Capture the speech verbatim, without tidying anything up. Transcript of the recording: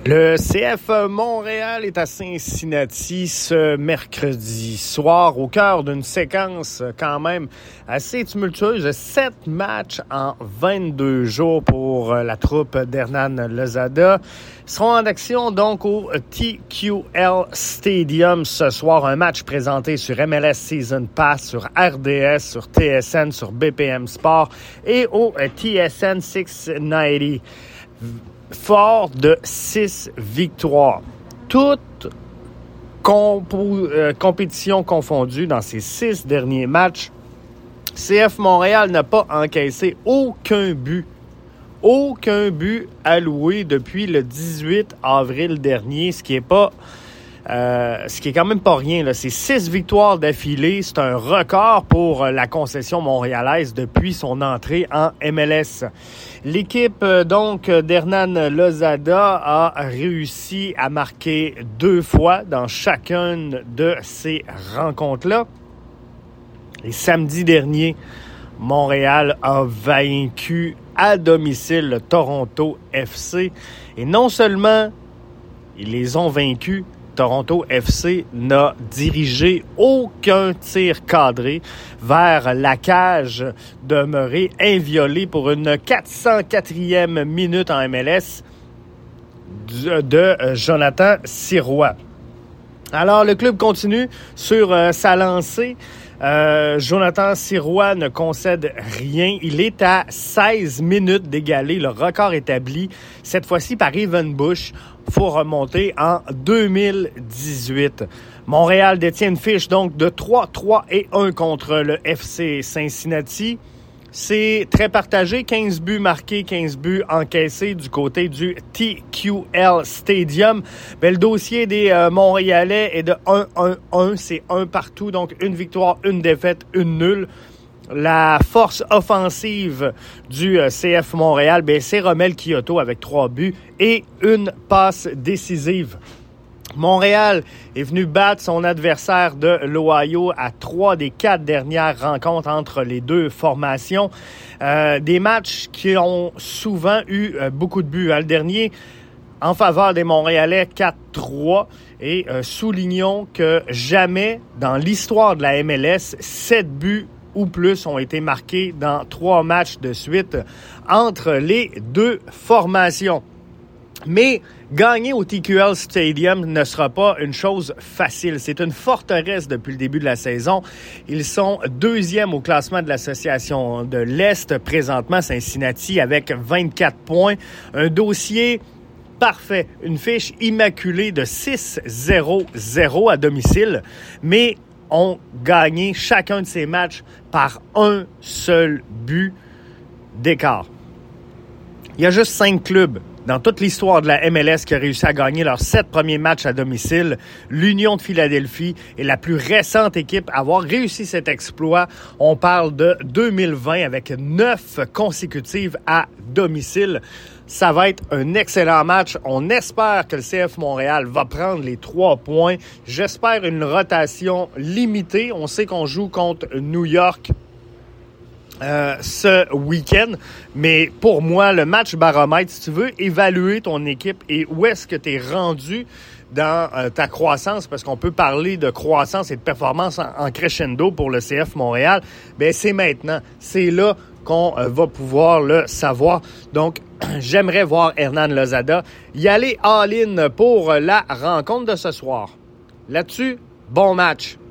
Le C F Montréal est à Cincinnati ce mercredi soir au cœur d'une séquence quand même assez tumultueuse. Sept matchs en vingt-deux jours pour la troupe d'Hernan Lozada. Ils seront en action donc au T Q L Stadium ce soir. Un match présenté sur M L S Season Pass, sur R D S, sur T S N, sur B P M Sport et au T S N six cent quatre-vingt-dix. Fort de six victoires. Toutes compo- euh, compétitions confondues dans ces six derniers matchs, C F Montréal n'a pas encaissé aucun but. Aucun but alloué depuis le dix-huit avril dernier, ce qui est pas... Euh, ce qui est quand même pas rien, là. C'est six victoires d'affilée. C'est un record pour la concession montréalaise depuis son entrée en M L S. L'équipe donc d'Hernan Lozada a réussi à marquer deux fois dans chacune de ces rencontres-là. Et samedi dernier, Montréal a vaincu à domicile le Toronto F C. Et non seulement ils les ont vaincus, Toronto F C n'a dirigé aucun tir cadré vers la cage demeurée inviolée pour une quatre cent quatrième minute en M L S de Jonathan Sirois. Alors, le club continue sur euh, sa lancée. Euh, Jonathan Sirois ne concède rien. Il est à seize minutes d'égaler le record établi, cette fois-ci par Evan Bush. Il faut remonter en deux mille dix-huit. Montréal détient une fiche donc de trois trois et un contre le F C Cincinnati. C'est très partagé, quinze buts marqués, quinze buts encaissés du côté du T Q L Stadium. Mais le dossier des euh, Montréalais est de un un un, c'est un partout, donc une victoire, une défaite, une nulle. La force offensive du euh, C F Montréal, ben, c'est Romel Kyoto avec trois buts et une passe décisive. Montréal est venu battre son adversaire de l'Ohio à trois des quatre dernières rencontres entre les deux formations. Euh, des matchs qui ont souvent eu euh, beaucoup de buts. Le dernier, en faveur des Montréalais, quatre trois. Et euh, soulignons que jamais dans l'histoire de la M L S, sept buts ou plus ont été marqués dans trois matchs de suite entre les deux formations. Mais gagner au T Q L Stadium ne sera pas une chose facile. C'est une forteresse depuis le début de la saison. Ils sont deuxième au classement de l'association de l'Est présentement, Cincinnati, avec vingt-quatre points. Un dossier parfait, une fiche immaculée de six zéro zéro à domicile, mais ont gagné chacun de ces matchs par un seul but d'écart. Il y a juste cinq clubs dans toute l'histoire de la M L S qui a réussi à gagner leurs sept premiers matchs à domicile. L'Union de Philadelphie est la plus récente équipe à avoir réussi cet exploit. On parle de deux mille vingt avec neuf consécutives à domicile. Ça va être un excellent match. On espère que le C F Montréal va prendre les trois points. J'espère une rotation limitée. On sait qu'on joue contre New York Euh, ce week-end, mais pour moi, le match baromètre, si tu veux évaluer ton équipe et où est-ce que tu es rendu dans euh, ta croissance, parce qu'on peut parler de croissance et de performance en, en crescendo pour le C F Montréal, bien c'est maintenant, c'est là qu'on euh, va pouvoir le savoir. Donc, j'aimerais voir Hernan Lozada y aller all-in pour la rencontre de ce soir. Là-dessus, bon match!